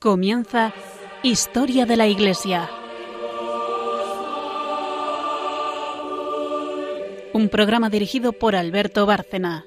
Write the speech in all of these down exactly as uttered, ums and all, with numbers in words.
Comienza Historia de la Iglesia. Un programa dirigido por Alberto Bárcena.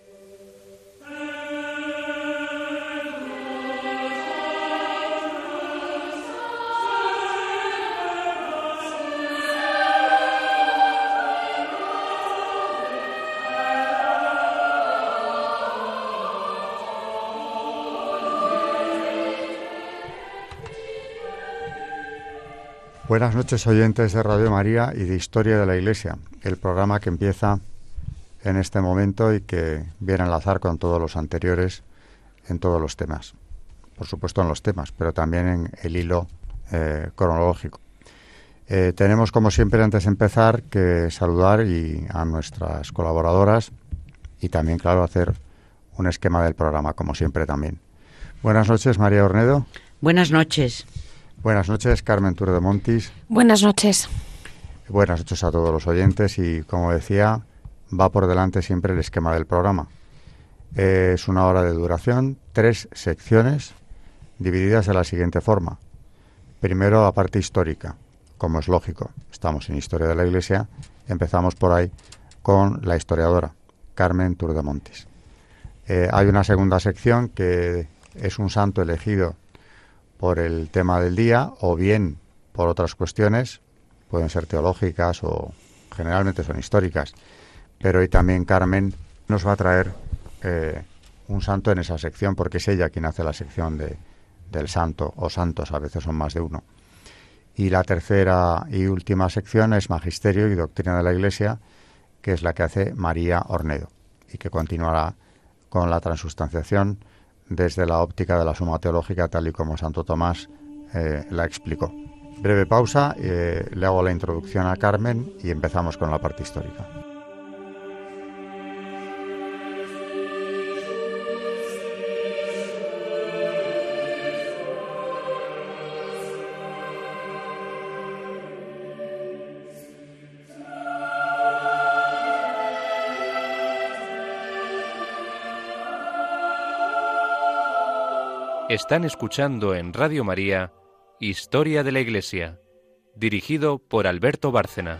Buenas noches, oyentes de Radio María y de Historia de la Iglesia, el programa que empieza en este momento y que viene a enlazar con todos los anteriores en todos los temas. Por supuesto en los temas, pero también en el hilo eh, cronológico. Eh, tenemos, como siempre, antes de empezar, que saludar y a nuestras colaboradoras y también, claro, hacer un esquema del programa, como siempre también. Buenas noches, María Ornedo. Buenas noches. Buenas noches, Carmen Turdemontis. Buenas noches. Buenas noches a todos los oyentes y, como decía, va por delante siempre el esquema del programa. Es una hora de duración, tres secciones divididas de la siguiente forma. Primero, la parte histórica, como es lógico. Estamos en Historia de la Iglesia, empezamos por ahí con la historiadora, Carmen Turdemontis. Eh, hay una segunda sección que es un santo elegido por el tema del día o bien por otras cuestiones, pueden ser teológicas o generalmente son históricas, pero hoy también Carmen nos va a traer eh, un santo en esa sección porque es ella quien hace la sección de, del santo o santos, a veces son más de uno. Y la tercera y última sección es Magisterio y Doctrina de la Iglesia, que es la que hace María Ornedo y que continuará con la transustanciación desde la óptica de la suma teológica, tal y como Santo Tomás eh, la explicó. Breve pausa, eh, le hago la introducción a Carmen y empezamos con la parte histórica. Están escuchando en Radio María Historia de la Iglesia, dirigido por Alberto Bárcena.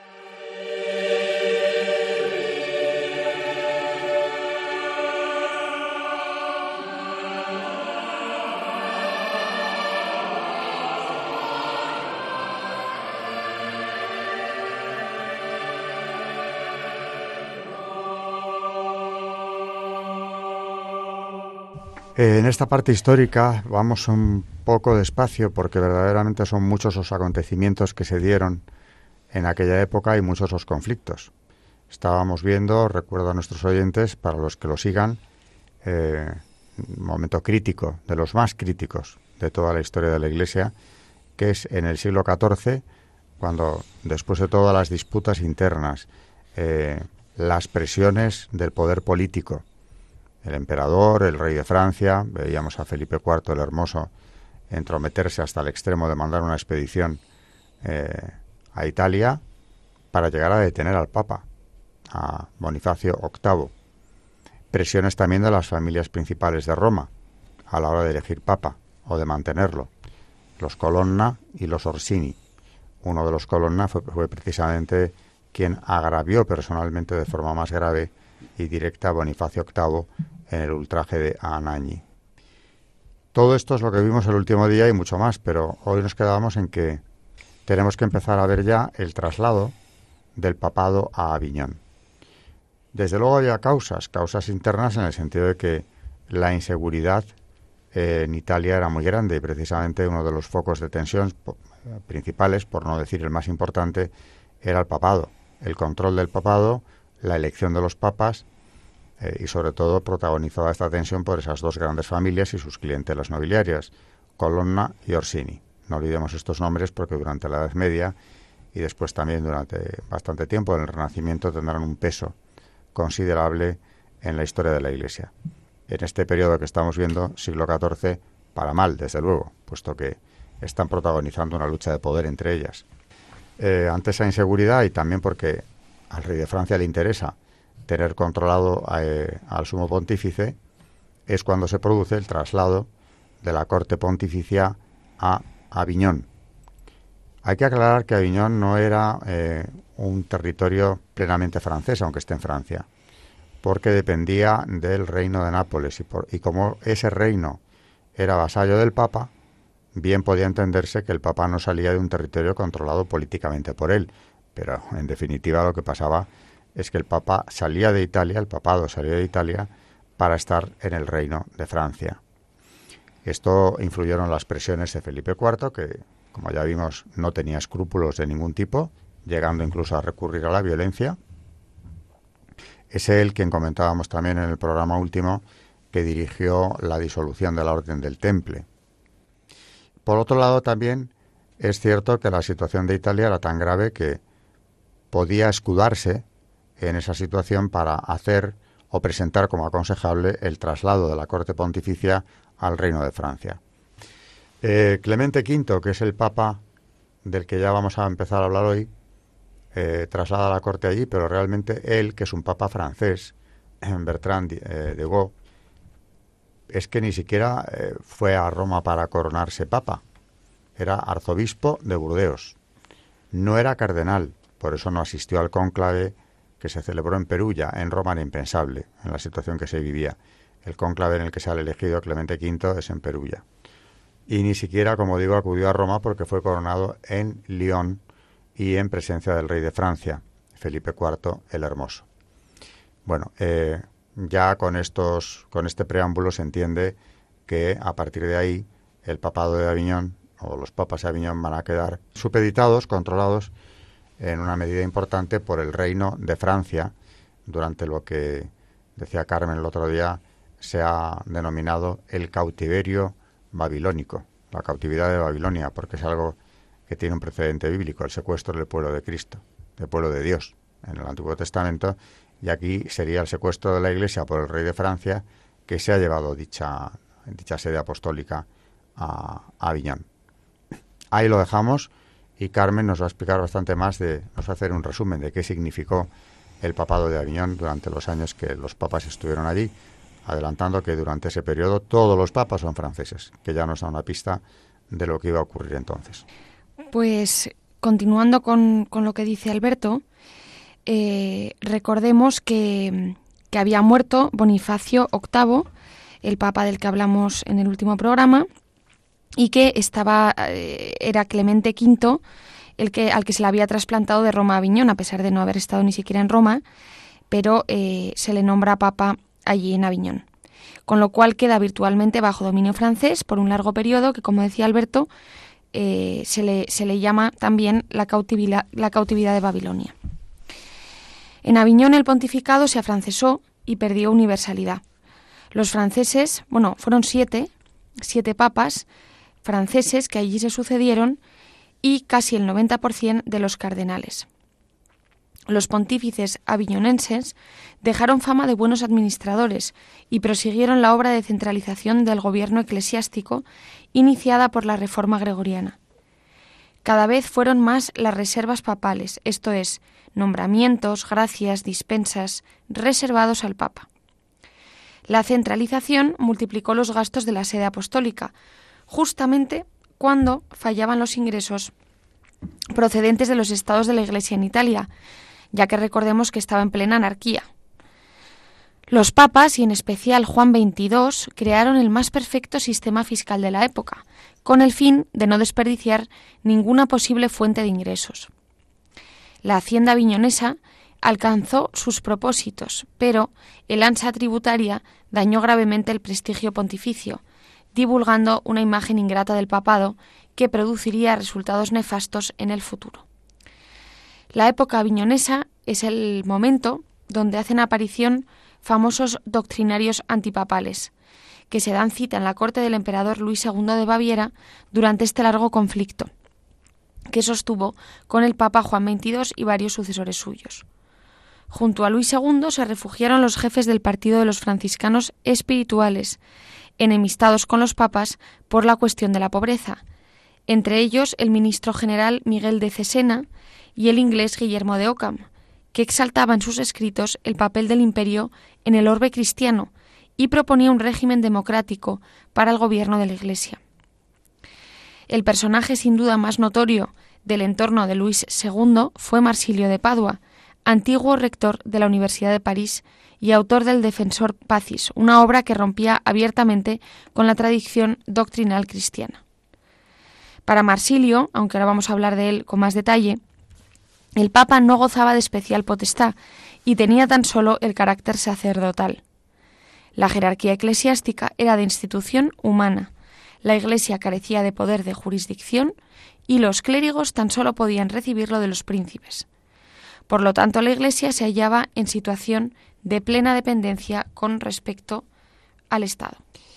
Eh, en esta parte histórica vamos un poco despacio porque verdaderamente son muchos los acontecimientos que se dieron en aquella época y muchos los conflictos. Estábamos viendo, recuerdo a nuestros oyentes, para los que lo sigan, eh, un momento crítico, de los más críticos de toda la historia de la Iglesia, que es en el siglo catorce, cuando después de todas las disputas internas, eh, las presiones del poder político, el emperador, el rey de Francia, veíamos a Felipe cuarto el Hermoso entrometerse hasta el extremo de mandar una expedición eh, a Italia para llegar a detener al Papa, a Bonifacio octavo. Presiones también de las familias principales de Roma a la hora de elegir Papa o de mantenerlo, los Colonna y los Orsini. Uno de los Colonna fue, fue precisamente quien agravió personalmente de forma más grave y directa a Bonifacio octavo en el ultraje de Anagni. Todo esto es lo que vimos el último día y mucho más, pero hoy nos quedábamos en que tenemos que empezar a ver ya el traslado del papado a Aviñón. Desde luego había causas, causas internas en el sentido de que la inseguridad eh, en Italia era muy grande y precisamente uno de los focos de tensión principales, por no decir el más importante, era el papado. El control del papado, la elección de los papas eh, y sobre todo protagonizada esta tensión por esas dos grandes familias y sus clientelas nobiliarias, Colonna y Orsini. No olvidemos estos nombres porque durante la Edad Media y después también durante bastante tiempo en el Renacimiento tendrán un peso considerable en la historia de la Iglesia. En este periodo que estamos viendo, siglo catorce, para mal, desde luego, puesto que están protagonizando una lucha de poder entre ellas. Eh, ante esa inseguridad y también porque al rey de Francia le interesa tener controlado eh, al sumo pontífice, es cuando se produce el traslado de la corte pontificia a Aviñón. Hay que aclarar que Aviñón no era eh, un territorio plenamente francés, aunque esté en Francia, porque dependía del reino de Nápoles, y, por, y como ese reino era vasallo del Papa, bien podía entenderse que el Papa no salía de un territorio controlado políticamente por él, pero en definitiva lo que pasaba es que el Papa salía de Italia, el papado salía de Italia para estar en el reino de Francia. Esto influyeron las presiones de Felipe cuarto, que, como ya vimos, no tenía escrúpulos de ningún tipo, llegando incluso a recurrir a la violencia. Es él quien comentábamos también en el programa último, que dirigió la disolución de la Orden del Temple. Por otro lado, también es cierto que la situación de Italia era tan grave que podía escudarse en esa situación para hacer o presentar como aconsejable el traslado de la corte pontificia al Reino de Francia. Eh, Clemente quinto, que es el papa del que ya vamos a empezar a hablar hoy, eh, traslada la corte allí, pero realmente él, que es un papa francés, Bertrand eh, de Gaulle, es que ni siquiera eh, fue a Roma para coronarse papa. Era arzobispo de Burdeos. No era cardenal, por eso no asistió al cónclave que se celebró en Perugia. En Roma era impensable, en la situación que se vivía. El cónclave en el que se ha elegido Clemente quinto es en Perugia. Y ni siquiera, como digo, acudió a Roma porque fue coronado en Lyon y en presencia del rey de Francia, Felipe cuarto el Hermoso. Bueno, eh, ya con estos, con este preámbulo se entiende que a partir de ahí el papado de Aviñón o los papas de Aviñón van a quedar supeditados, controlados en una medida importante por el reino de Francia, durante lo que, decía Carmen el otro día, se ha denominado el cautiverio babilónico, la cautividad de Babilonia, porque es algo que tiene un precedente bíblico, el secuestro del pueblo de Cristo, del pueblo de Dios, en el Antiguo Testamento, y aquí sería el secuestro de la Iglesia por el rey de Francia, que se ha llevado dicha, dicha sede apostólica a, a Aviñón. Ahí lo dejamos y Carmen nos va a explicar bastante más, de, nos va a hacer un resumen de qué significó el papado de Aviñón durante los años que los papas estuvieron allí, adelantando que durante ese periodo todos los papas son franceses, que ya nos da una pista de lo que iba a ocurrir entonces. Pues continuando con, con lo que dice Alberto, eh, recordemos que, que había muerto Bonifacio octavo, el papa del que hablamos en el último programa, y que estaba eh, era Clemente quinto, el que al que se le había trasplantado de Roma a Aviñón, a pesar de no haber estado ni siquiera en Roma, pero eh, se le nombra papa allí en Aviñón, con lo cual queda virtualmente bajo dominio francés por un largo periodo que, como decía Alberto, eh, se, le, se le llama también la cautividad, la cautividad de Babilonia. En Aviñón el pontificado se afrancesó y perdió universalidad. Los franceses, bueno, fueron siete, siete papas franceses que allí se sucedieron y casi el noventa por ciento de los cardenales. Los pontífices aviñonenses dejaron fama de buenos administradores y prosiguieron la obra de centralización del gobierno eclesiástico iniciada por la Reforma Gregoriana. Cada vez fueron más las reservas papales, esto es, nombramientos, gracias, dispensas, reservados al Papa. La centralización multiplicó los gastos de la sede apostólica, justamente cuando fallaban los ingresos procedentes de los estados de la Iglesia en Italia, ya que recordemos que estaba en plena anarquía. Los papas, y en especial Juan veintidós, crearon el más perfecto sistema fiscal de la época, con el fin de no desperdiciar ninguna posible fuente de ingresos. La hacienda aviñonesa alcanzó sus propósitos, pero el ansia tributaria dañó gravemente el prestigio pontificio, divulgando una imagen ingrata del papado que produciría resultados nefastos en el futuro. La época aviñonesa es el momento donde hacen aparición famosos doctrinarios antipapales, que se dan cita en la corte del emperador Luis segundo de Baviera durante este largo conflicto, que sostuvo con el Papa Juan veintidós y varios sucesores suyos. Junto a Luis segundo se refugiaron los jefes del partido de los franciscanos espirituales, enemistados con los papas por la cuestión de la pobreza, entre ellos el ministro general Miguel de Cesena y el inglés Guillermo de Ockham, que exaltaba en sus escritos el papel del imperio en el orbe cristiano y proponía un régimen democrático para el gobierno de la Iglesia. El personaje sin duda más notorio del entorno de Luis segundo fue Marsilio de Padua, antiguo rector de la Universidad de París y autor del Defensor Pacis, una obra que rompía abiertamente con la tradición doctrinal cristiana. Para Marsilio, aunque ahora vamos a hablar de él con más detalle, el Papa no gozaba de especial potestad y tenía tan solo el carácter sacerdotal. La jerarquía eclesiástica era de institución humana, la Iglesia carecía de poder de jurisdicción y los clérigos tan solo podían recibirlo de los príncipes. Por lo tanto, la Iglesia se hallaba en situación de plena dependencia con respecto al Estado.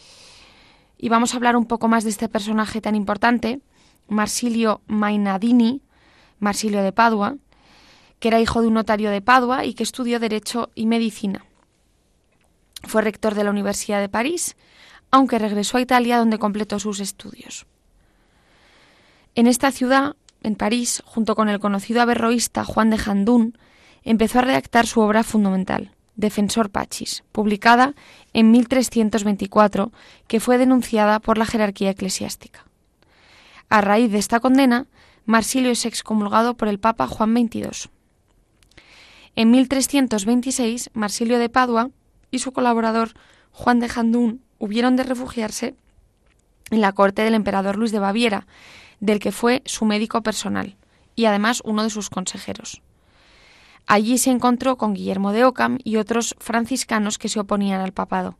Y vamos a hablar un poco más de este personaje tan importante, Marsilio Mainadini, Marsilio de Padua, que era hijo de un notario de Padua y que estudió Derecho y Medicina. Fue rector de la Universidad de París, aunque regresó a Italia donde completó sus estudios. En esta ciudad, en París, junto con el conocido averroísta Juan de Jandún, empezó a redactar su obra fundamental, Defensor Pacis, publicada en mil trescientos veinticuatro, que fue denunciada por la jerarquía eclesiástica. A raíz de esta condena, Marsilio es excomulgado por el Papa Juan veintidós. En mil trescientos veintiséis, Marsilio de Padua y su colaborador Juan de Jandún hubieron de refugiarse en la corte del emperador Luis de Baviera, del que fue su médico personal y además uno de sus consejeros. Allí se encontró con Guillermo de Ockham y otros franciscanos que se oponían al papado.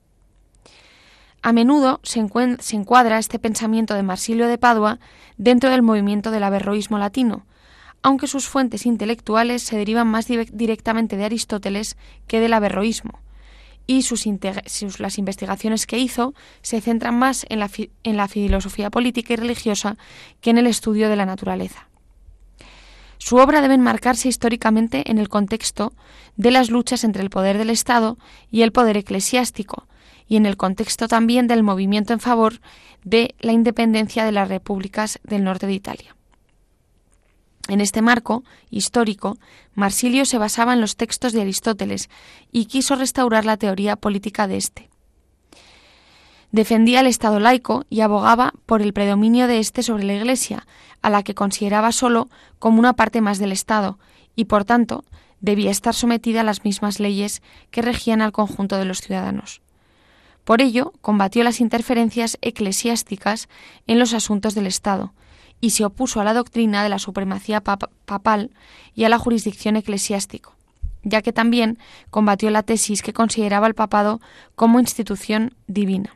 A menudo se, encuent- se encuadra este pensamiento de Marsilio de Padua dentro del movimiento del averroísmo latino, aunque sus fuentes intelectuales se derivan más di- directamente de Aristóteles que del averroísmo, y sus, integ- sus las investigaciones que hizo se centran más en la, fi- en la filosofía política y religiosa que en el estudio de la naturaleza. Su obra debe enmarcarse históricamente en el contexto de las luchas entre el poder del Estado y el poder eclesiástico, y en el contexto también del movimiento en favor de la independencia de las repúblicas del norte de Italia. En este marco histórico, Marsilio se basaba en los textos de Aristóteles y quiso restaurar la teoría política de éste. Defendía el Estado laico y abogaba por el predominio de éste sobre la Iglesia, a la que consideraba solo como una parte más del Estado, y por tanto debía estar sometida a las mismas leyes que regían al conjunto de los ciudadanos. Por ello, combatió las interferencias eclesiásticas en los asuntos del Estado, y se opuso a la doctrina de la supremacía pap- papal y a la jurisdicción eclesiástica, ya que también combatió la tesis que consideraba el papado como institución divina.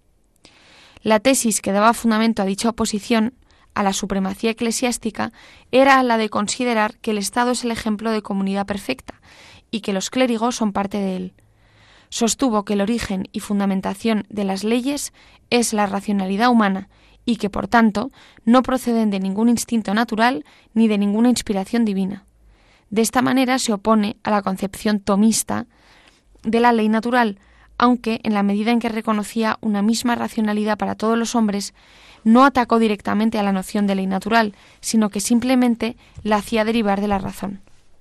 La tesis que daba fundamento a dicha oposición a la supremacía eclesiástica era la de considerar que el Estado es el ejemplo de comunidad perfecta y que los clérigos son parte de él. Sostuvo que el origen y fundamentación de las leyes es la racionalidad humana y que, por tanto, no proceden de ningún instinto natural ni de ninguna inspiración divina. De esta manera se opone a la concepción tomista de la ley natural, aunque, en la medida en que reconocía una misma racionalidad para todos los hombres, no atacó directamente a la noción de ley natural, sino que simplemente la hacía derivar de la razón.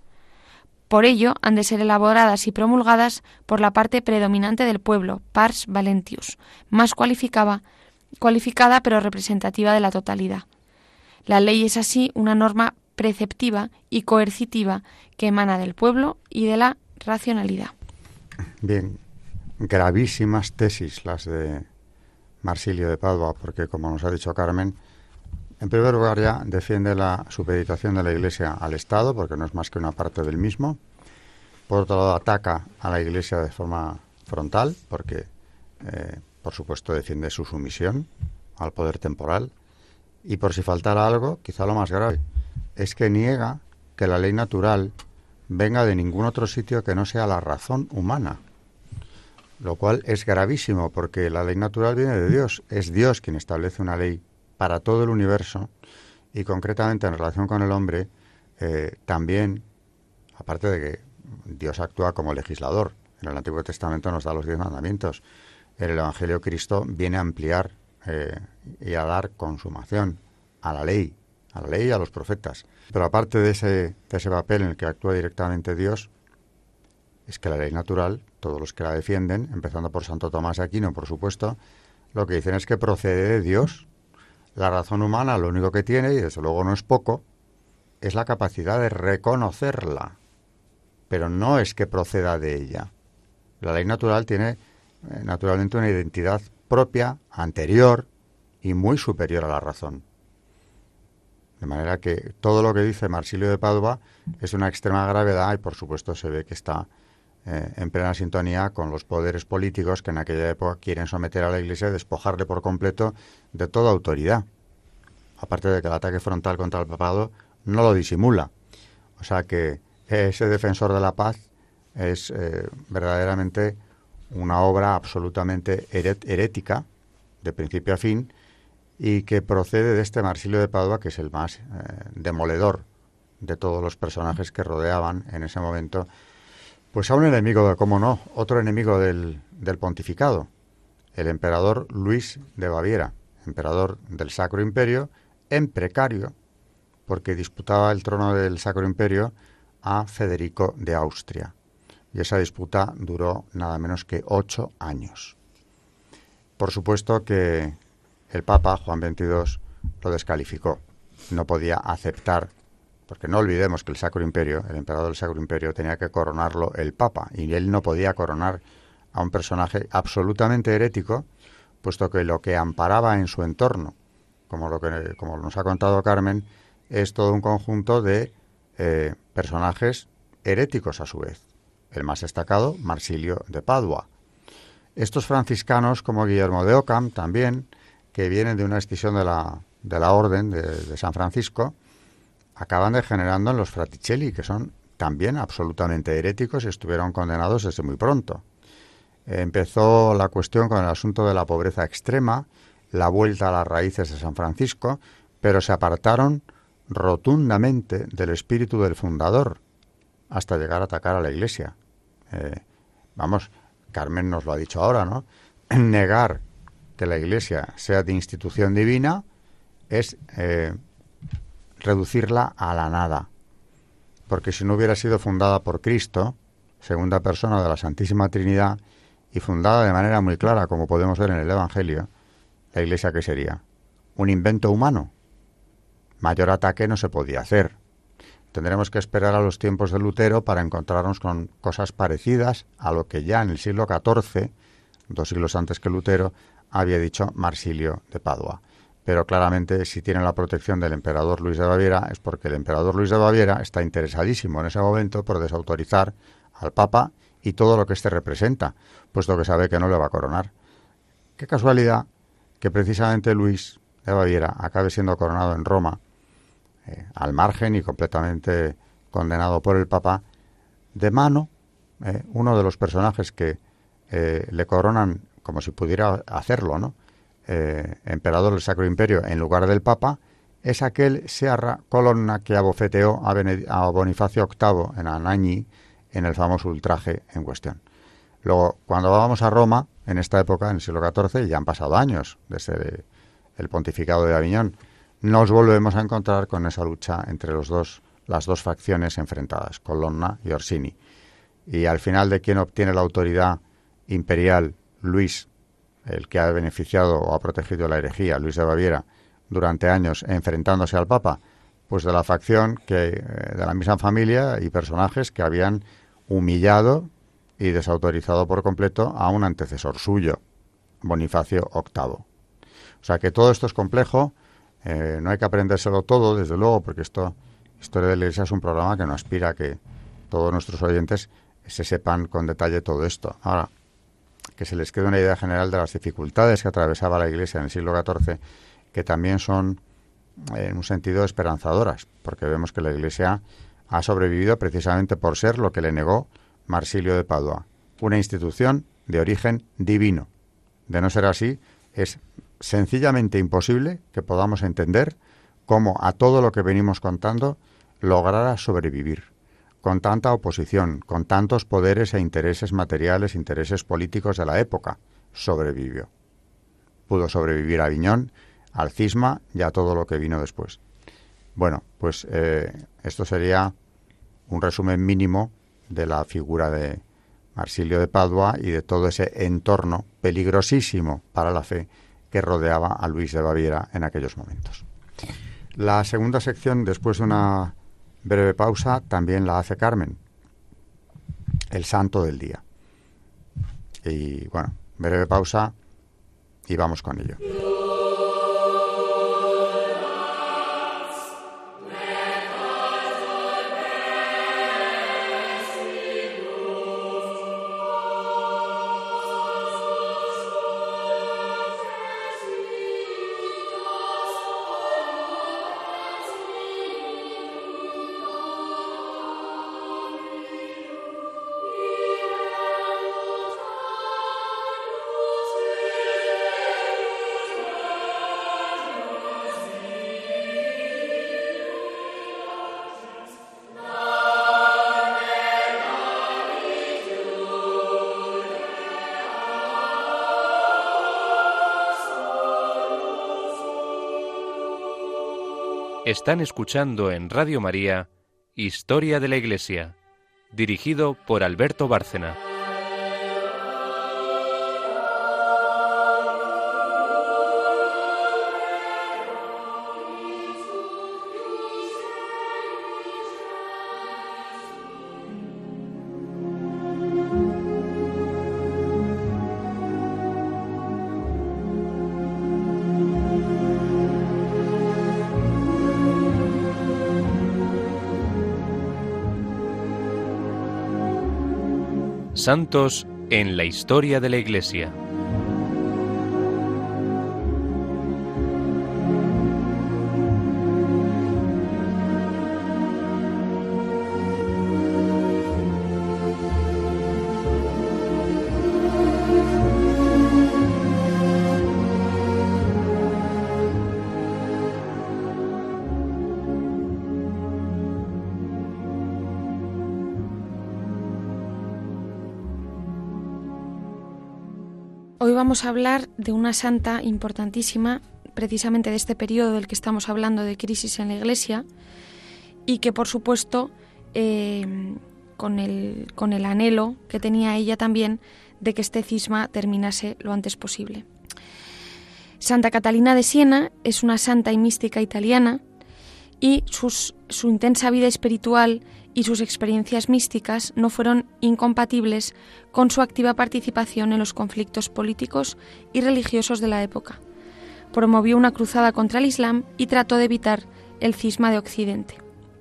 Por ello, han de ser elaboradas y promulgadas por la parte predominante del pueblo, pars valentius, más cualificada, cualificada pero representativa de la totalidad. La ley es así una norma preceptiva y coercitiva que emana del pueblo y de la racionalidad. Bien, gravísimas tesis las de Marsilio de Padua, porque, como nos ha dicho Carmen, en primer lugar ya defiende la supeditación de la Iglesia al Estado, porque no es más que una parte del mismo. Por otro lado, ataca a la Iglesia de forma frontal, porque, eh, por supuesto, defiende su sumisión al poder temporal. Y por si faltara algo, quizá lo más grave, es que niega que la ley natural venga de ningún otro sitio que no sea la razón humana, lo cual es gravísimo, porque la ley natural viene de Dios. Es Dios quien establece una ley para todo el universo, y concretamente en relación con el hombre, eh, también, aparte de que Dios actúa como legislador. En el Antiguo Testamento nos da los diez mandamientos. En el Evangelio Cristo viene a ampliar eh, y a dar consumación a la ley, a la ley y a los profetas. Pero aparte de ese, de ese papel en el que actúa directamente Dios, es que la ley natural, todos los que la defienden, empezando por Santo Tomás de Aquino, por supuesto, lo que dicen es que procede de Dios. La razón humana lo único que tiene, y desde luego no es poco, es la capacidad de reconocerla, pero no es que proceda de ella. La ley natural tiene eh, naturalmente una identidad propia, anterior y muy superior a la razón. De manera que todo lo que dice Marsilio de Padua es una extrema gravedad y, por supuesto, se ve que está eh, en plena sintonía con los poderes políticos que en aquella época quieren someter a la Iglesia y despojarle por completo de toda autoridad. Aparte de que el ataque frontal contra el papado no lo disimula. O sea que ese defensor de la paz es eh, verdaderamente una obra absolutamente herética, de principio a fin, y que procede de este Marsilio de Padua, que es el más eh, demoledor de todos los personajes que rodeaban en ese momento, pues a un enemigo, de, cómo no, otro enemigo del, del pontificado, el emperador Luis de Baviera, emperador del Sacro Imperio, en precario, porque disputaba el trono del Sacro Imperio a Federico de Austria. Y esa disputa duró nada menos que ocho años. Por supuesto que el Papa, Juan veintidós, lo descalificó. No podía aceptar, porque no olvidemos que el Sacro Imperio, el emperador del Sacro Imperio, tenía que coronarlo el Papa, y él no podía coronar a un personaje absolutamente herético, puesto que lo que amparaba en su entorno, como, lo que, como nos ha contado Carmen, es todo un conjunto de eh, personajes heréticos a su vez. El más destacado, Marsilio de Padua. Estos franciscanos, como Guillermo de Ockham, también, que vienen de una escisión de la, de la Orden de, de San Francisco, acaban degenerando en los Fraticelli, que son también absolutamente heréticos y estuvieron condenados desde muy pronto. Empezó la cuestión con el asunto de la pobreza extrema, la vuelta a las raíces de San Francisco, pero se apartaron rotundamente del espíritu del fundador, hasta llegar a atacar a la Iglesia. Eh, vamos, Carmen nos lo ha dicho ahora, ¿no? Negar que la Iglesia sea de institución divina es eh, reducirla a la nada. Porque si no hubiera sido fundada por Cristo, segunda persona de la Santísima Trinidad, y fundada de manera muy clara, como podemos ver en el Evangelio, ¿la Iglesia qué sería? ¿Un invento humano? Mayor ataque no se podía hacer. Tendremos que esperar a los tiempos de Lutero para encontrarnos con cosas parecidas a lo que ya en el siglo catorce, dos siglos antes que Lutero, había dicho Marsilio de Padua. Pero claramente, si tiene la protección del emperador Luis de Baviera, es porque el emperador Luis de Baviera está interesadísimo en ese momento por desautorizar al Papa y todo lo que éste representa, puesto que sabe que no le va a coronar. Qué casualidad que precisamente Luis de Baviera acabe siendo coronado en Roma, eh, al margen y completamente condenado por el Papa, de mano, eh, uno de los personajes que eh, le coronan, como si pudiera hacerlo, ¿no? Eh, emperador del Sacro Imperio en lugar del Papa, es aquel Searra Colonna que abofeteó a, Bened- a Bonifacio octavo en Anagni en el famoso ultraje en cuestión. Luego, cuando vamos a Roma, en esta época, en el siglo catorce, ya han pasado años desde el pontificado de Aviñón, nos volvemos a encontrar con esa lucha entre los dos, las dos facciones enfrentadas, Colonna y Orsini. Y al final, de quién obtiene la autoridad imperial, Luis, el que ha beneficiado o ha protegido la herejía, Luis de Baviera, durante años enfrentándose al Papa, pues de la facción que de la misma familia y personajes que habían humillado y desautorizado por completo a un antecesor suyo, Bonifacio octavo. O sea que todo esto es complejo, eh, no hay que aprendérselo todo, desde luego, porque esto, Historia de la Iglesia, es un programa que no aspira a que todos nuestros oyentes se sepan con detalle todo esto. Ahora, que se les quede una idea general de las dificultades que atravesaba la Iglesia en el siglo catorce, que también son, en un sentido, esperanzadoras, porque vemos que la Iglesia ha sobrevivido precisamente por ser lo que le negó Marsilio de Padua, una institución de origen divino. De no ser así, es sencillamente imposible que podamos entender cómo a todo lo que venimos contando lograra sobrevivir, con tanta oposición, con tantos poderes e intereses materiales, intereses políticos de la época. Sobrevivió. Pudo sobrevivir a Aviñón, al cisma y a todo lo que vino después. Bueno, pues eh, esto sería un resumen mínimo de la figura de Marsilio de Padua y de todo ese entorno peligrosísimo para la fe que rodeaba a Luis de Baviera en aquellos momentos. La segunda sección, después de una breve pausa, también la hace Carmen, el santo del día. Y bueno, breve pausa y vamos con ello. Están escuchando en Radio María Historia de la Iglesia, dirigido por Alberto Bárcena. Santos en la historia de la Iglesia. Hoy vamos a hablar de una santa importantísima, precisamente de este periodo del que estamos hablando, de crisis en la Iglesia, y que por supuesto eh, con, el, con el anhelo que tenía ella también de que este cisma terminase lo antes posible. Santa Catalina de Siena es una santa y mística italiana, y sus, su intensa vida espiritual y sus experiencias místicas no fueron incompatibles con su activa participación en los conflictos políticos y religiosos de la época. Promovió una cruzada contra el Islam y trató de evitar el cisma de Occidente.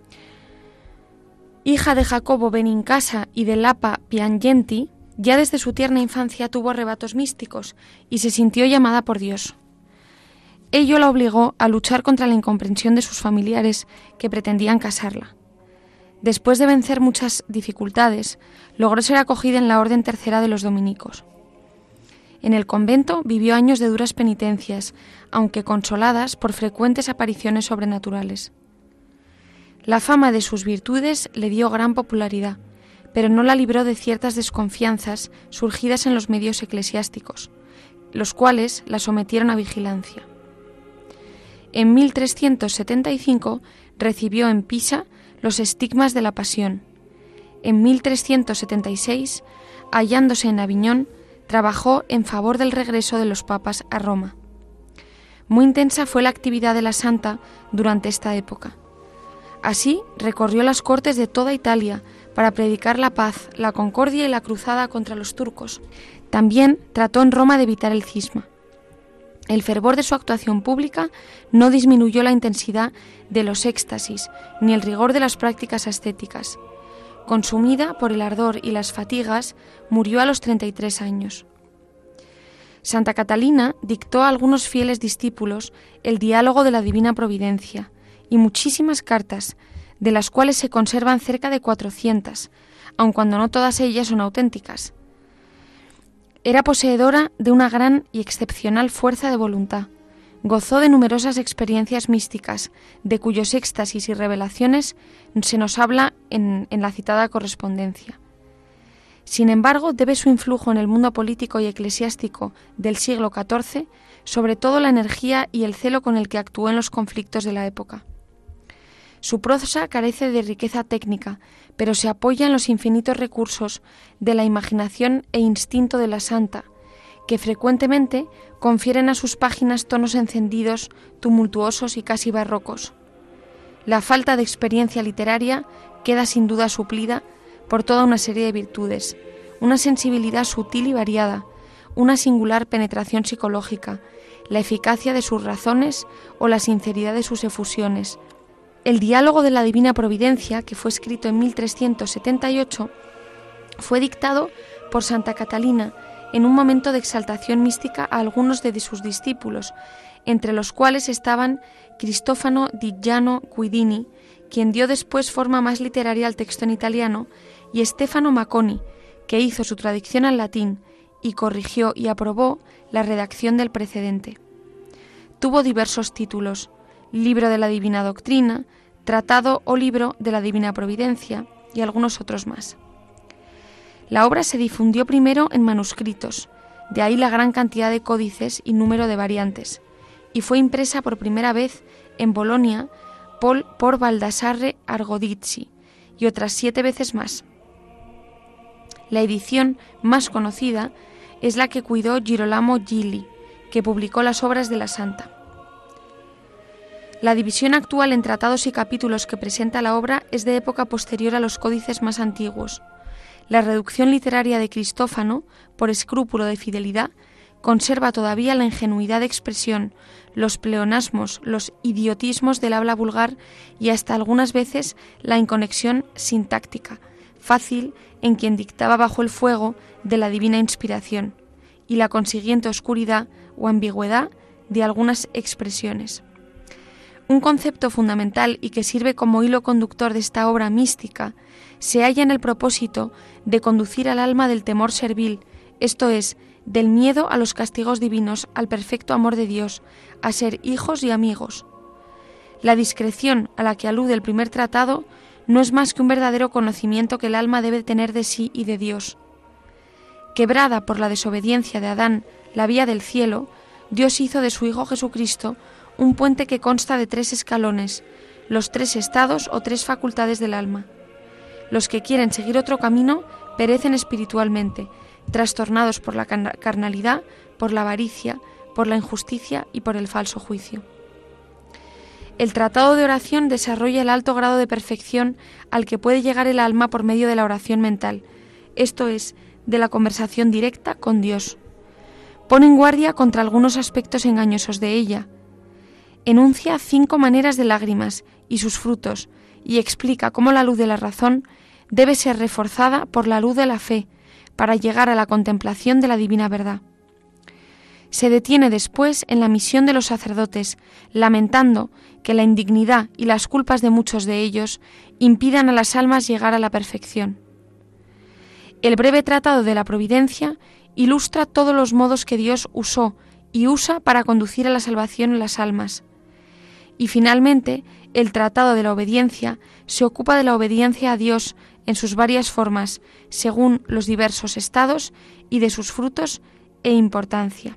Hija de Jacobo Benincasa y de Lapa Piangenti, ya desde su tierna infancia tuvo arrebatos místicos y se sintió llamada por Dios. Ello la obligó a luchar contra la incomprensión de sus familiares que pretendían casarla. Después de vencer muchas dificultades, logró ser acogida en la Orden Tercera de los Dominicos. En el convento vivió años de duras penitencias, aunque consoladas por frecuentes apariciones sobrenaturales. La fama de sus virtudes le dio gran popularidad, pero no la libró de ciertas desconfianzas surgidas en los medios eclesiásticos, los cuales la sometieron a vigilancia. En mil trescientos setenta y cinco recibió en Pisa los estigmas de la Pasión. En mil trescientos setenta y seis, hallándose en Aviñón, trabajó en favor del regreso de los papas a Roma. Muy intensa fue la actividad de la santa durante esta época. Así, recorrió las cortes de toda Italia para predicar la paz, la concordia y la cruzada contra los turcos. También trató en Roma de evitar el cisma. El fervor de su actuación pública no disminuyó la intensidad de los éxtasis ni el rigor de las prácticas ascéticas. Consumida por el ardor y las fatigas, murió a los treinta y tres años. Santa Catalina dictó a algunos fieles discípulos el diálogo de la Divina Providencia y muchísimas cartas, de las cuales se conservan cerca de cuatrocientas, aun cuando no todas ellas son auténticas. Era poseedora de una gran y excepcional fuerza de voluntad. Gozó de numerosas experiencias místicas, de cuyos éxtasis y revelaciones se nos habla en, en la citada correspondencia. Sin embargo, debe su influjo en el mundo político y eclesiástico del siglo catorce, sobre todo la energía y el celo con el que actuó en los conflictos de la época. Su prosa carece de riqueza técnica, pero se apoya en los infinitos recursos de la imaginación e instinto de la santa, que frecuentemente confieren a sus páginas tonos encendidos, tumultuosos y casi barrocos. La falta de experiencia literaria queda sin duda suplida por toda una serie de virtudes, una sensibilidad sutil y variada, una singular penetración psicológica, la eficacia de sus razones o la sinceridad de sus efusiones. El diálogo de la Divina Providencia, que fue escrito en mil trescientos setenta y ocho, fue dictado por Santa Catalina en un momento de exaltación mística a algunos de sus discípulos, entre los cuales estaban Cristófano di Giano Guidini, quien dio después forma más literaria al texto en italiano, y Stefano Macconi, que hizo su traducción al latín y corrigió y aprobó la redacción del precedente. Tuvo diversos títulos: Libro de la Divina Doctrina, Tratado o Libro de la Divina Providencia y algunos otros más. La obra se difundió primero en manuscritos, de ahí la gran cantidad de códices y número de variantes, y fue impresa por primera vez en Bolonia por, por Baldassarre Argodizzi y otras siete veces más. La edición más conocida es la que cuidó Girolamo Gili, que publicó las obras de la santa. La división actual en tratados y capítulos que presenta la obra es de época posterior a los códices más antiguos. La reducción literaria de Cristófano, por escrúpulo de fidelidad, conserva todavía la ingenuidad de expresión, los pleonasmos, los idiotismos del habla vulgar y hasta algunas veces la inconexión sintáctica, fácil en quien dictaba bajo el fuego de la divina inspiración, y la consiguiente oscuridad o ambigüedad de algunas expresiones. Un concepto fundamental y que sirve como hilo conductor de esta obra mística se halla en el propósito de conducir al alma del temor servil, esto es, del miedo a los castigos divinos, al perfecto amor de Dios, a ser hijos y amigos. La discreción a la que alude el primer tratado no es más que un verdadero conocimiento que el alma debe tener de sí y de Dios. Quebrada por la desobediencia de Adán la vía del cielo, Dios hizo de su Hijo Jesucristo un puente que consta de tres escalones, los tres estados o tres facultades del alma. Los que quieren seguir otro camino perecen espiritualmente, trastornados por la carnalidad, por la avaricia, por la injusticia y por el falso juicio. El tratado de oración desarrolla el alto grado de perfección al que puede llegar el alma por medio de la oración mental, esto es, de la conversación directa con Dios. Pone en guardia contra algunos aspectos engañosos de ella. Enuncia cinco maneras de lágrimas y sus frutos y explica cómo la luz de la razón debe ser reforzada por la luz de la fe para llegar a la contemplación de la divina verdad. Se detiene después en la misión de los sacerdotes, lamentando que la indignidad y las culpas de muchos de ellos impidan a las almas llegar a la perfección. El breve tratado de la providencia ilustra todos los modos que Dios usó y usa para conducir a la salvación en las almas. Y finalmente, el tratado de la obediencia se ocupa de la obediencia a Dios en sus varias formas, según los diversos estados y de sus frutos e importancia.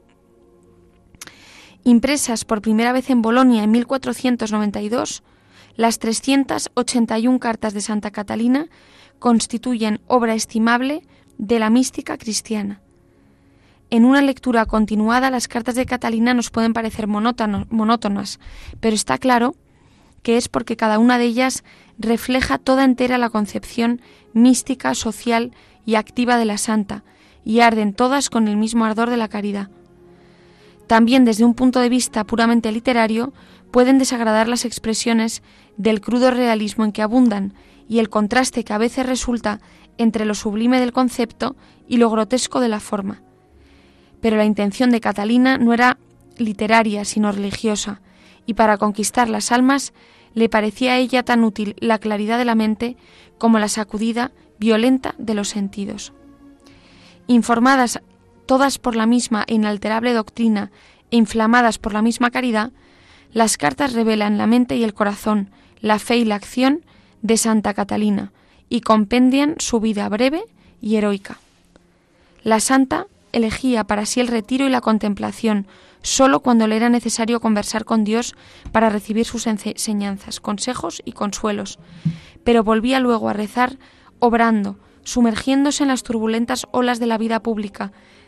Impresas por primera vez en Bolonia en mil cuatrocientos noventa y dos, las trescientas ochenta y una cartas de Santa Catalina constituyen obra estimable de la mística cristiana. En una lectura continuada, las cartas de Catalina nos pueden parecer monótonas, pero está claro que es porque cada una de ellas refleja toda entera la concepción mística, social y activa de la santa, y arden todas con el mismo ardor de la caridad. También desde un punto de vista puramente literario, pueden desagradar las expresiones del crudo realismo en que abundan y el contraste que a veces resulta entre lo sublime del concepto y lo grotesco de la forma. Pero la intención de Catalina no era literaria, sino religiosa, y para conquistar las almas le parecía a ella tan útil la claridad de la mente como la sacudida violenta de los sentidos. Informadas todas por la misma e inalterable doctrina e inflamadas por la misma caridad, las cartas revelan la mente y el corazón, la fe y la acción de Santa Catalina y compendian su vida breve y heroica. La santa elegía para sí el retiro y la contemplación, solo cuando le era necesario conversar con Dios para recibir sus enseñanzas, consejos y consuelos, pero volvía luego a rezar obrando, sumergiéndose en las turbulentas olas de la vida pública,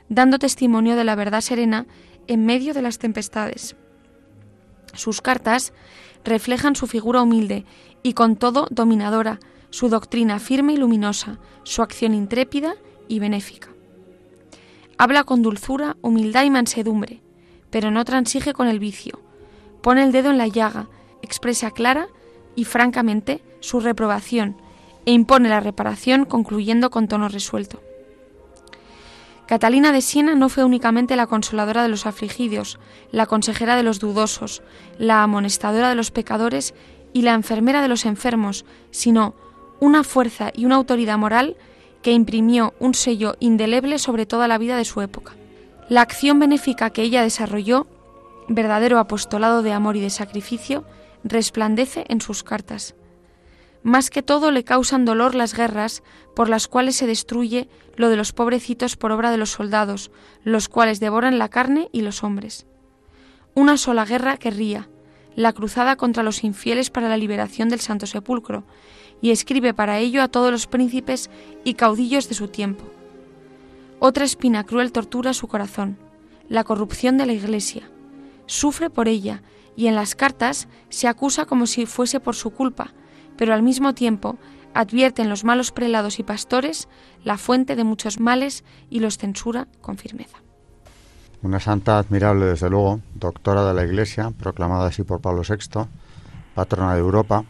dando testimonio de la verdad serena en medio de las tempestades. Sus cartas reflejan su figura humilde y con todo dominadora, su doctrina firme y luminosa, su acción intrépida y benéfica. Habla con dulzura, humildad y mansedumbre, pero no transige con el vicio. Pone el dedo en la llaga, expresa clara y francamente su reprobación e impone la reparación concluyendo con tono resuelto. Catalina de Siena no fue únicamente la consoladora de los afligidos, la consejera de los dudosos, la amonestadora de los pecadores y la enfermera de los enfermos, sino una fuerza y una autoridad moral que imprimió un sello indeleble sobre toda la vida de su época. La acción benéfica que ella desarrolló, verdadero apostolado de amor y de sacrificio, resplandece en sus cartas. Más que todo le causan dolor las guerras por las cuales se destruye lo de los pobrecitos por obra de los soldados, los cuales devoran la carne y los hombres. Una sola guerra querría, la cruzada contra los infieles para la liberación del Santo Sepulcro, y escribe para ello a todos los príncipes y caudillos de su tiempo. Otra espina cruel tortura su corazón, la corrupción de la Iglesia. Sufre por ella, y en las cartas se acusa como si fuese por su culpa, pero al mismo tiempo advierten los malos prelados y pastores la fuente de muchos males y los censura con firmeza. Una santa admirable, desde luego, doctora de la Iglesia, proclamada así por Pablo sexto, patrona de Europa.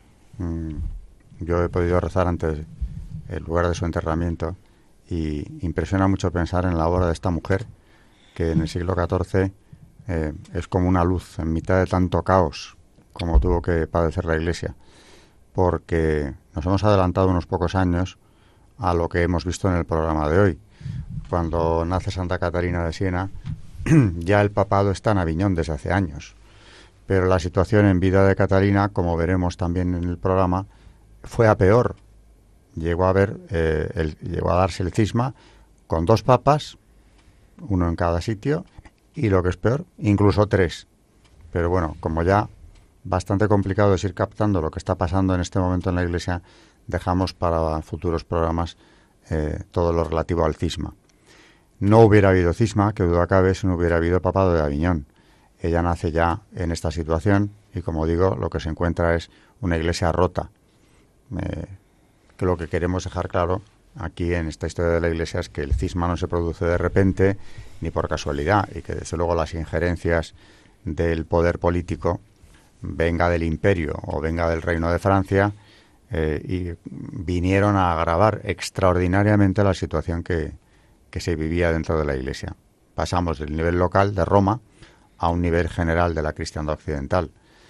Yo he podido rezar ante el lugar de su enterramiento y impresiona mucho pensar en la obra de esta mujer, que en el siglo catorce eh, es como una luz en mitad de tanto caos como tuvo que padecer la Iglesia, porque nos hemos adelantado unos pocos años a lo que hemos visto en el programa de hoy. Cuando nace Santa Catarina de Siena, ya el papado está en Aviñón desde hace años. Pero la situación en vida de Catalina, como veremos también en el programa, fue a peor. Llegó a haber, eh, el, llegó a darse el cisma con dos papas, uno en cada sitio, y lo que es peor, incluso tres. Pero bueno, como ya bastante complicado es ir captando lo que está pasando en este momento en la Iglesia, dejamos para futuros programas eh, todo lo relativo al cisma. No hubiera habido cisma, que duda cabe, si no hubiera habido papado de Aviñón. Ella nace ya en esta situación y, como digo, lo que se encuentra es una Iglesia rota. Eh, que lo que queremos dejar claro aquí en esta historia de la Iglesia es que el cisma no se produce de repente ni por casualidad, y que desde luego las injerencias del poder político, venga del imperio o venga del Reino de Francia, eh, y vinieron a agravar extraordinariamente la situación que, que se vivía dentro de la Iglesia. Pasamos del nivel local de Roma a un nivel general de la cristiandad occidental.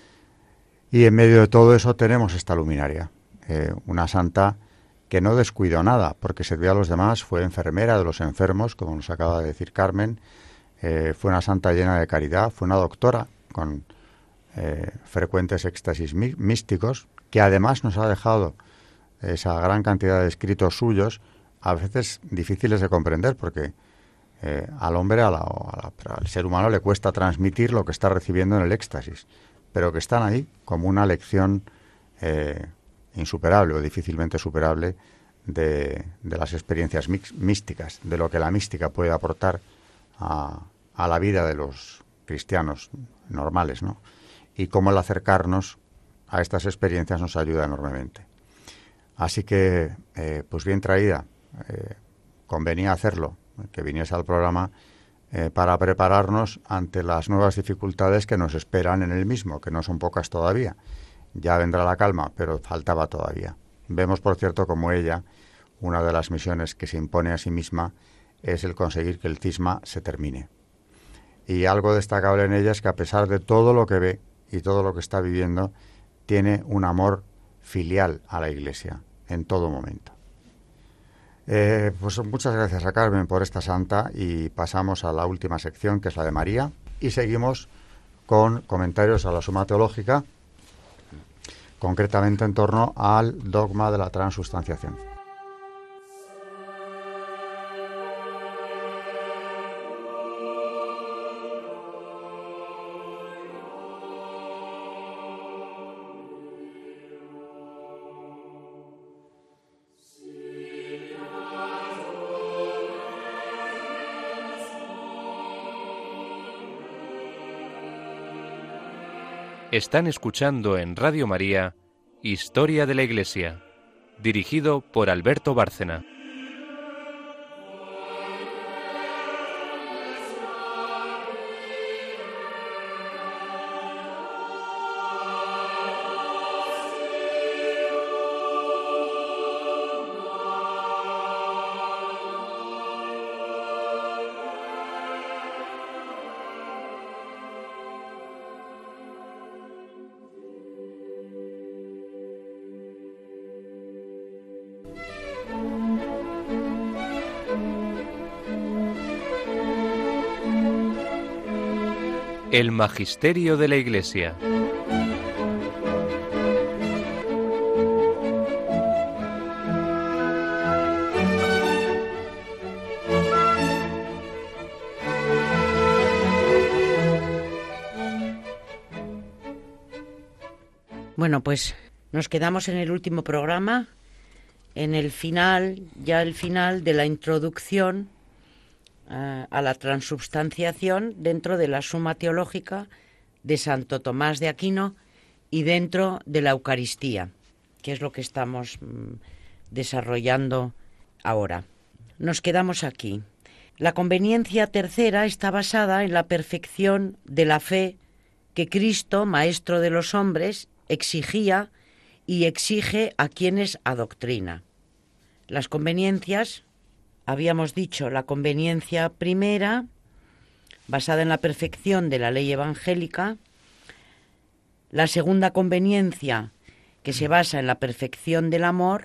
Y en medio de todo eso tenemos esta luminaria, eh, una santa que no descuidó nada, porque servía a los demás, fue enfermera de los enfermos, como nos acaba de decir Carmen, eh, fue una santa llena de caridad, fue una doctora con eh, frecuentes éxtasis mí- místicos, que además nos ha dejado esa gran cantidad de escritos suyos, a veces difíciles de comprender, porque eh, al hombre, a la, a la, al ser humano le cuesta transmitir lo que está recibiendo en el éxtasis, pero que están ahí como una lección eh, insuperable o difícilmente superable de, de las experiencias mix, místicas, de lo que la mística puede aportar a, a la vida de los cristianos normales, ¿no? Y cómo el acercarnos a estas experiencias nos ayuda enormemente. Así que, eh, pues bien traída, eh, convenía hacerlo, que viniese al programa eh, para prepararnos ante las nuevas dificultades que nos esperan en el mismo, que no son pocas todavía. Ya vendrá la calma, pero faltaba todavía. Vemos, por cierto, como ella, una de las misiones que se impone a sí misma es el conseguir que el cisma se termine. Y algo destacable en ella es que, a pesar de todo lo que ve y todo lo que está viviendo, tiene un amor filial a la Iglesia en todo momento. Eh, pues muchas gracias a Carmen por esta santa, y pasamos a la última sección, que es la de María, y seguimos con comentarios a la Suma Teológica, concretamente en torno al dogma de la transustanciación. Están escuchando en Radio María Historia de la Iglesia, dirigido por Alberto Bárcena. El Magisterio de la Iglesia. Bueno, pues nos quedamos en el último programa, en el final, ya el final de la introducción a la transubstanciación dentro de la Suma Teológica de Santo Tomás de Aquino y dentro de la Eucaristía, que es lo que estamos mm, desarrollando ahora. Nos quedamos aquí. La conveniencia tercera está basada en la perfección de la fe que Cristo, Maestro de los hombres, exigía y exige a quienes adoctrina. Las conveniencias, habíamos dicho, la conveniencia primera, basada en la perfección de la ley evangélica, la segunda conveniencia, que se basa en la perfección del amor,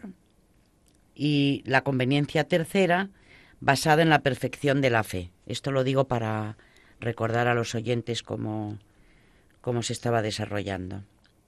y la conveniencia tercera, basada en la perfección de la fe. Esto lo digo para recordar a los oyentes cómo, cómo se estaba desarrollando.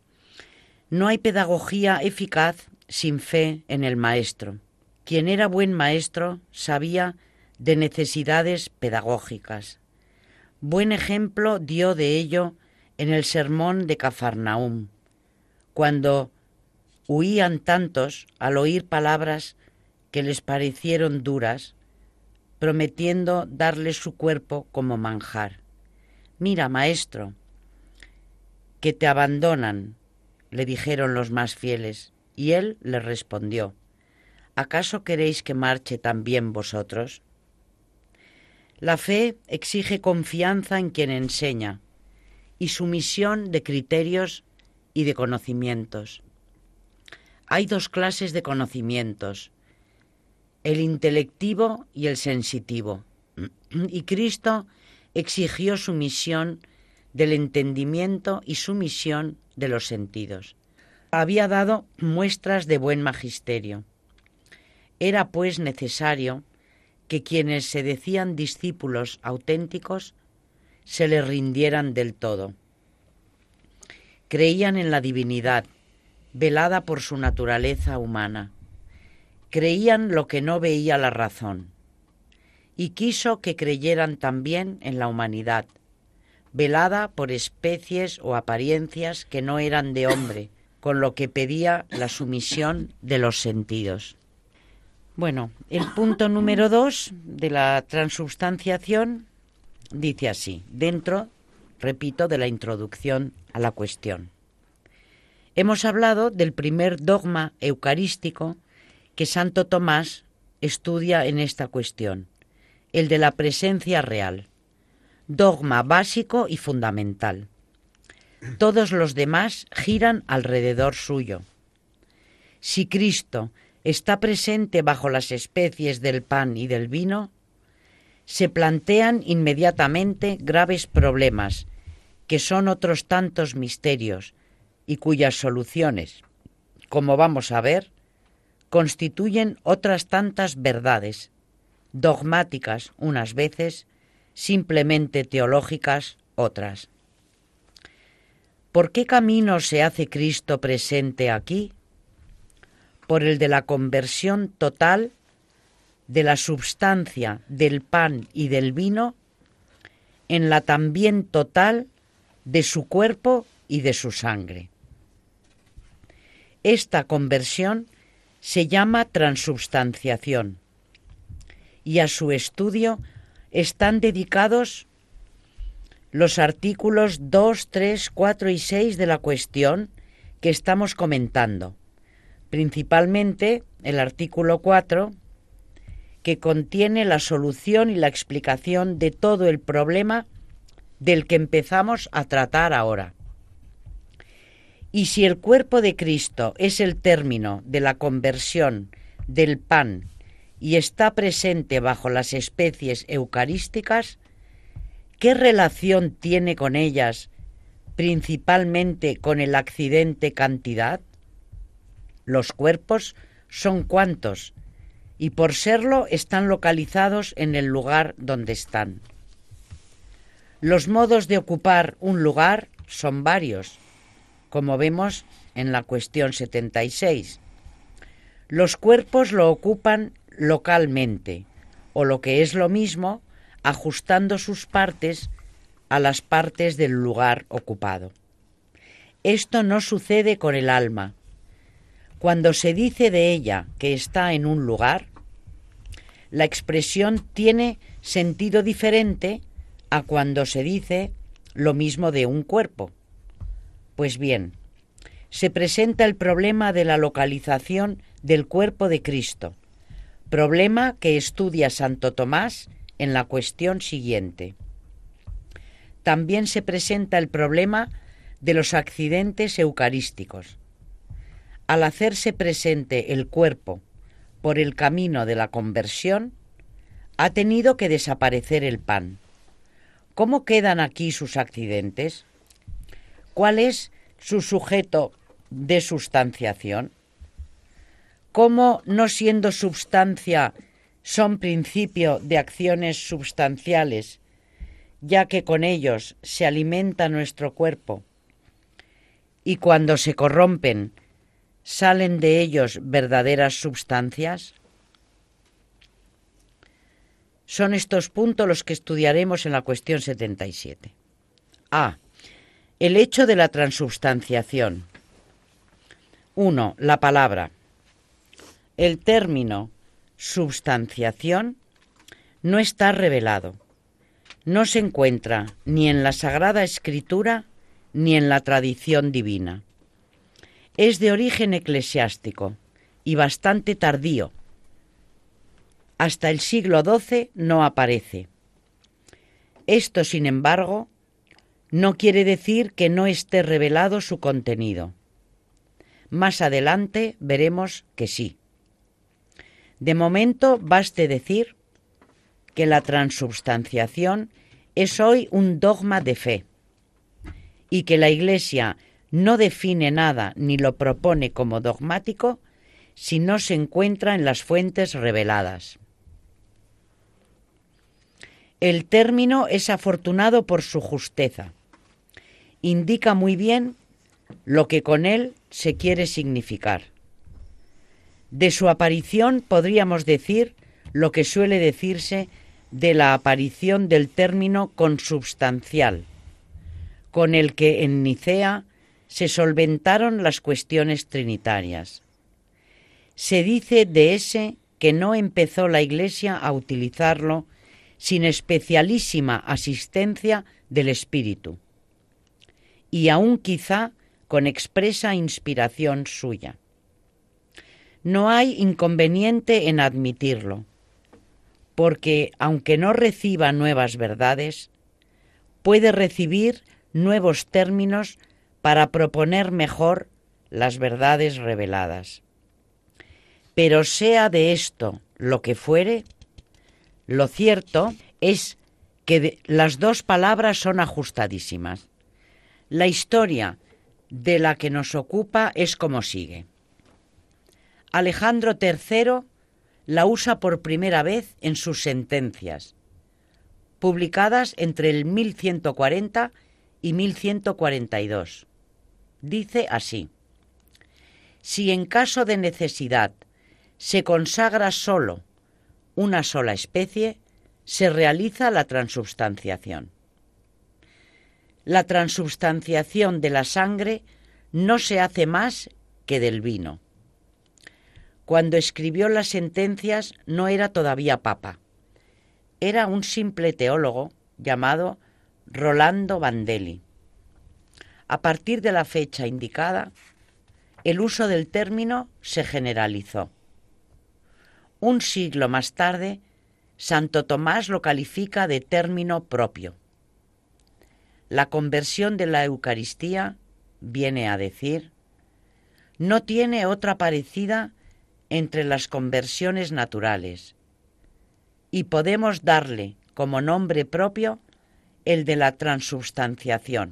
No hay pedagogía eficaz sin fe en el maestro. Quien era buen maestro sabía de necesidades pedagógicas. Buen ejemplo dio de ello en el sermón de Cafarnaúm, cuando huían tantos al oír palabras que les parecieron duras, prometiendo darles su cuerpo como manjar. Mira, maestro, que te abandonan, le dijeron los más fieles, y él les respondió: ¿acaso queréis que marche también vosotros? La fe exige confianza en quien enseña y sumisión de criterios y de conocimientos. Hay dos clases de conocimientos, el intelectivo y el sensitivo, y Cristo exigió sumisión del entendimiento y sumisión de los sentidos. Había dado muestras de buen magisterio. Era, pues, necesario que quienes se decían discípulos auténticos se le rindieran del todo. Creían en la divinidad, velada por su naturaleza humana. Creían lo que no veía la razón. Y quiso que creyeran también en la humanidad, velada por especies o apariencias que no eran de hombre, con lo que pedía la sumisión de los sentidos. Bueno, el punto número dos de la transubstanciación dice así, dentro, repito, de la introducción a la cuestión. Hemos hablado del primer dogma eucarístico que Santo Tomás estudia en esta cuestión, el de la presencia real, dogma básico y fundamental. Todos los demás giran alrededor suyo. Si Cristo está presente bajo las especies del pan y del vino, se plantean inmediatamente graves problemas, que son otros tantos misterios, y cuyas soluciones, como vamos a ver, constituyen otras tantas verdades, dogmáticas unas veces, simplemente teológicas otras. ¿Por qué camino se hace Cristo presente aquí? Por el de la conversión total de la substancia del pan y del vino en la también total de su cuerpo y de su sangre. Esta conversión se llama transubstanciación y a su estudio están dedicados los artículos dos, tres, cuatro y seis de la cuestión que estamos comentando, principalmente el artículo cuatro, que contiene la solución y la explicación de todo el problema del que empezamos a tratar ahora. Y si el cuerpo de Cristo es el término de la conversión del pan y está presente bajo las especies eucarísticas, ¿qué relación tiene con ellas, principalmente con el accidente cantidad? Los cuerpos son cuantos, y por serlo están localizados en el lugar donde están. Los modos de ocupar un lugar son varios, como vemos en la cuestión setenta y seis. Los cuerpos lo ocupan localmente, o lo que es lo mismo, ajustando sus partes a las partes del lugar ocupado. Esto no sucede con el alma. Cuando se dice de ella que está en un lugar, la expresión tiene sentido diferente a cuando se dice lo mismo de un cuerpo. Pues bien, se presenta el problema de la localización del cuerpo de Cristo, problema que estudia Santo Tomás en la cuestión siguiente. También se presenta el problema de los accidentes eucarísticos. Al hacerse presente el cuerpo por el camino de la conversión, ha tenido que desaparecer el pan. ¿Cómo quedan aquí sus accidentes? ¿Cuál es su sujeto de sustanciación? ¿Cómo, no siendo substancia, son principio de acciones substanciales, ya que con ellos se alimenta nuestro cuerpo? Y cuando se corrompen, ¿salen de ellos verdaderas substancias? Son estos puntos los que estudiaremos en la cuestión setenta y siete. A. El hecho de la transubstanciación. uno. La palabra. El término substanciación no está revelado. No se encuentra ni en la Sagrada Escritura ni en la tradición divina. Es de origen eclesiástico y bastante tardío. Hasta el siglo doce no aparece. Esto, sin embargo, no quiere decir que no esté revelado su contenido. Más adelante veremos que sí. De momento, baste decir que la transubstanciación es hoy un dogma de fe y que la Iglesia no define nada ni lo propone como dogmático si no se encuentra en las fuentes reveladas. El término es afortunado por su justeza. Indica muy bien lo que con él se quiere significar. De su aparición podríamos decir lo que suele decirse de la aparición del término consubstancial, con el que en Nicea se solventaron las cuestiones trinitarias. Se dice de ese que no empezó la Iglesia a utilizarlo sin especialísima asistencia del Espíritu, y aún quizá con expresa inspiración suya. No hay inconveniente en admitirlo, porque aunque no reciba nuevas verdades, puede recibir nuevos términos para proponer mejor las verdades reveladas. Pero sea de esto lo que fuere, lo cierto es que de, las dos palabras son ajustadísimas. La historia de la que nos ocupa es como sigue. Alejandro tercero la usa por primera vez en sus sentencias, publicadas entre el mil ciento cuarenta y mil ciento cuarenta y dos. Dice así: si en caso de necesidad se consagra solo una sola especie, se realiza la transubstanciación. La transubstanciación de la sangre no se hace más que del vino. Cuando escribió las sentencias no era todavía papa. Era un simple teólogo llamado Rolando Bandelli. A partir de la fecha indicada, el uso del término se generalizó. Un siglo más tarde, Santo Tomás lo califica de término propio. La conversión de la Eucaristía, viene a decir, no tiene otra parecida entre las conversiones naturales, y podemos darle como nombre propio el de la transubstanciación.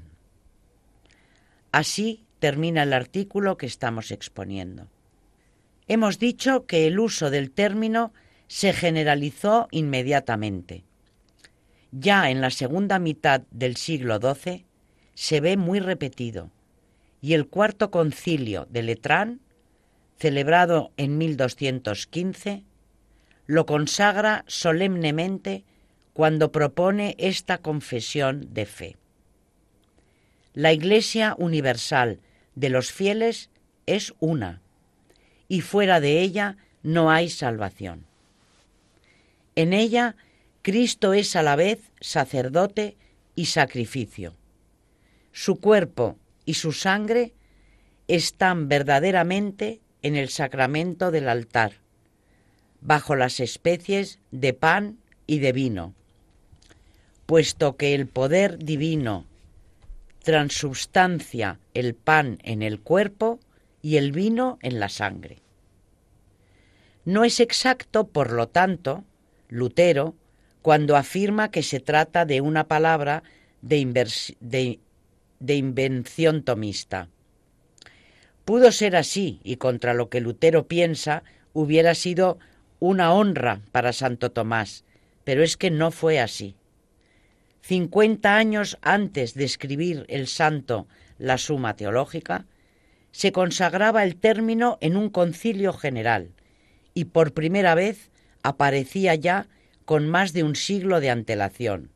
Así termina el artículo que estamos exponiendo. Hemos dicho que el uso del término se generalizó inmediatamente. Ya en la segunda mitad del siglo doce se ve muy repetido, y el cuarto concilio de Letrán, celebrado en mil doscientos quince, lo consagra solemnemente cuando propone esta confesión de fe. La Iglesia universal de los fieles es una, y fuera de ella no hay salvación. En ella, Cristo es a la vez sacerdote y sacrificio. Su cuerpo y su sangre están verdaderamente en el sacramento del altar, bajo las especies de pan y de vino, puesto que el poder divino transubstancia el pan en el cuerpo y el vino en la sangre. No es exacto, por lo tanto, Lutero, cuando afirma que se trata de una palabra de, invers- de, de invención tomista. Pudo ser así, y contra lo que Lutero piensa, hubiera sido una honra para Santo Tomás, pero es que no fue así. Cincuenta años antes de escribir el santo la Suma Teológica, se consagraba el término en un concilio general y por primera vez aparecía ya con más de un siglo de antelación.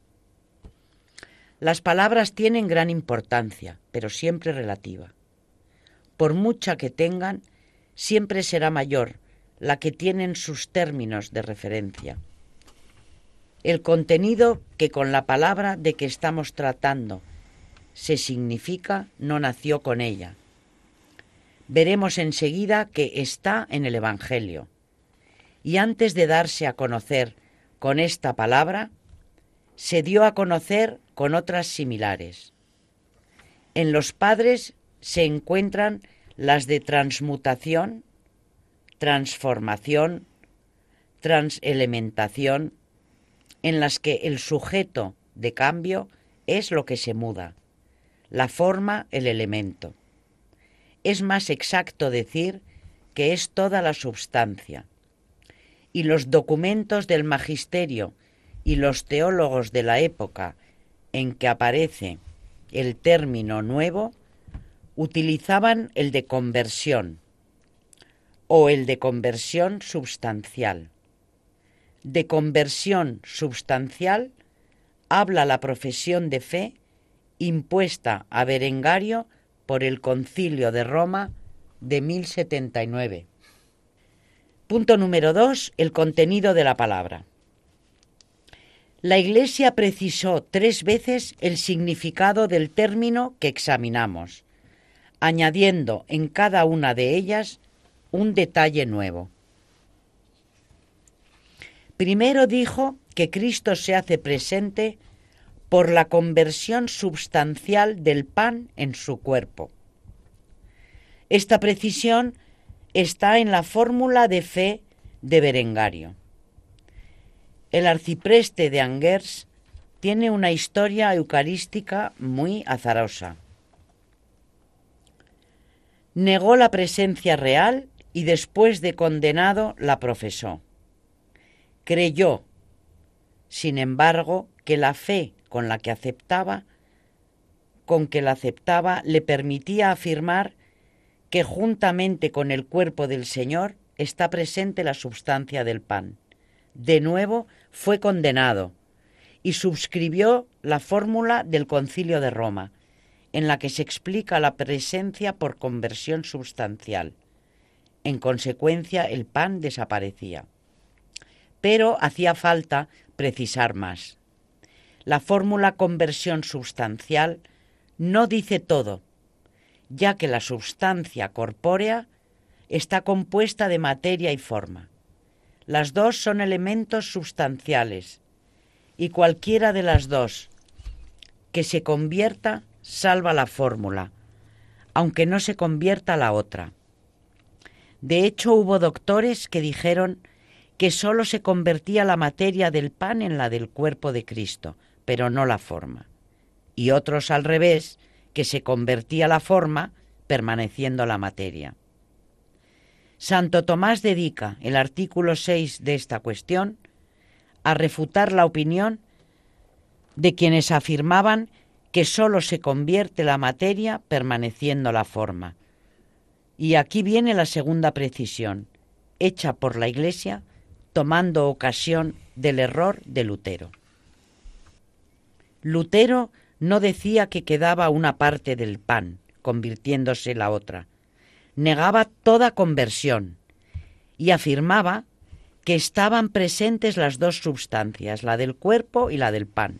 Las palabras tienen gran importancia, pero siempre relativa. Por mucha que tengan, siempre será mayor la que tienen sus términos de referencia. El contenido que con la palabra de que estamos tratando se significa no nació con ella. Veremos enseguida que está en el Evangelio. Y antes de darse a conocer con esta palabra, se dio a conocer con otras similares. En los padres se encuentran las de transmutación, transformación, transelementación, en las que el sujeto de cambio es lo que se muda, la forma el elemento. Es más exacto decir que es toda la substancia. Y los documentos del magisterio y los teólogos de la época en que aparece el término nuevo utilizaban el de conversión o el de conversión substancial. De conversión substancial habla la profesión de fe impuesta a Berengario por el Concilio de Roma de mil setenta y nueve. Punto número dos, el contenido de la palabra. La Iglesia precisó tres veces el significado del término que examinamos, añadiendo en cada una de ellas un detalle nuevo. Primero dijo que Cristo se hace presente por la conversión substancial del pan en su cuerpo. Esta precisión está en la fórmula de fe de Berengario. El arcipreste de Angers tiene una historia eucarística muy azarosa. Negó la presencia real y después de condenado la profesó. Creyó, sin embargo, que la fe con la que aceptaba, con que la aceptaba, le permitía afirmar que juntamente con el cuerpo del Señor está presente la substancia del pan. De nuevo fue condenado y suscribió la fórmula del Concilio de Roma, en la que se explica la presencia por conversión substancial. En consecuencia, el pan desaparecía. Pero hacía falta precisar más. la fórmula conversión substancial no dice todo, ya que la substancia corpórea está compuesta de materia y forma. Las dos son elementos substanciales, y cualquiera de las dos que se convierta salva la fórmula, aunque no se convierta la otra. De hecho, hubo doctores que dijeron que sólo se convertía la materia del pan en la del cuerpo de Cristo, pero no la forma. Y otros al revés, que se convertía la forma permaneciendo la materia. Santo Tomás dedica el artículo seis de esta cuestión a refutar la opinión de quienes afirmaban que sólo se convierte la materia permaneciendo la forma. Y aquí viene la segunda precisión, hecha por la Iglesia tomando ocasión del error de Lutero. Lutero no decía que quedaba una parte del pan, convirtiéndose la otra. Negaba toda conversión y afirmaba que estaban presentes las dos sustancias, la del cuerpo y la del pan.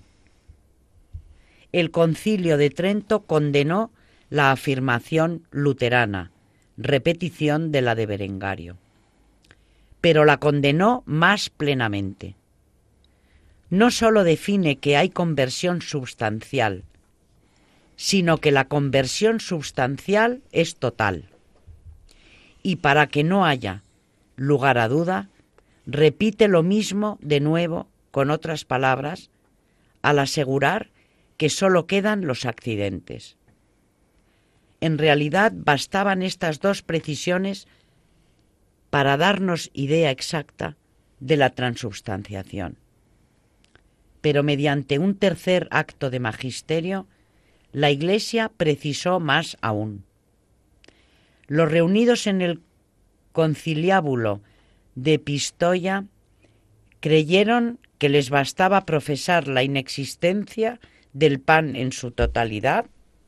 El Concilio de Trento condenó la afirmación luterana, repetición de la de Berengario, pero la condenó más plenamente. No sólo define que hay conversión substancial, sino que la conversión substancial es total. Y para que no haya lugar a duda, repite lo mismo de nuevo, con otras palabras, al asegurar que sólo quedan los accidentes. En realidad bastaban estas dos precisiones para darnos idea exacta de la transubstanciación. Pero mediante un tercer acto de magisterio, la Iglesia precisó más aún. Los reunidos en el conciliábulo de Pistoia creyeron que les bastaba profesar la inexistencia del pan en su totalidad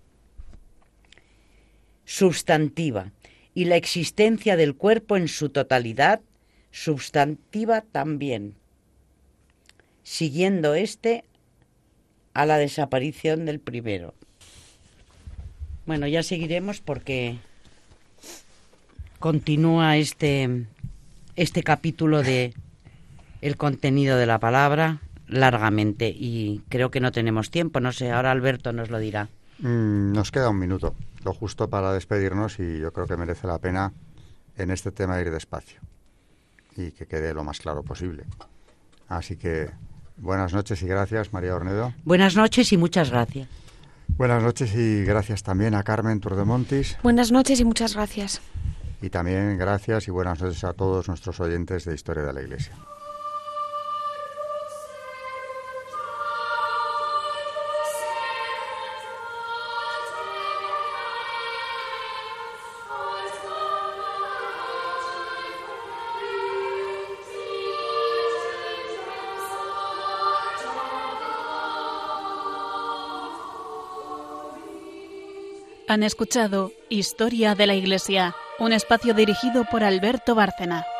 substantiva y la existencia del cuerpo en su totalidad substantiva también, siguiendo éste a la desaparición del primero. Bueno, ya seguiremos porque continúa este, este capítulo de el contenido de la palabra largamente y creo que no tenemos tiempo. No sé, ahora Alberto nos lo dirá. Mm, nos queda un minuto, lo justo para despedirnos, y yo creo que merece la pena en este tema ir despacio y que quede lo más claro posible. Así que buenas noches y gracias, María Ornedo. Buenas noches y muchas gracias. Buenas noches y gracias también a Carmen Turdemontis. Buenas noches y muchas gracias. Y también gracias y buenas noches a todos nuestros oyentes de Historia de la Iglesia. Han escuchado Historia de la Iglesia, un espacio dirigido por Alberto Bárcena.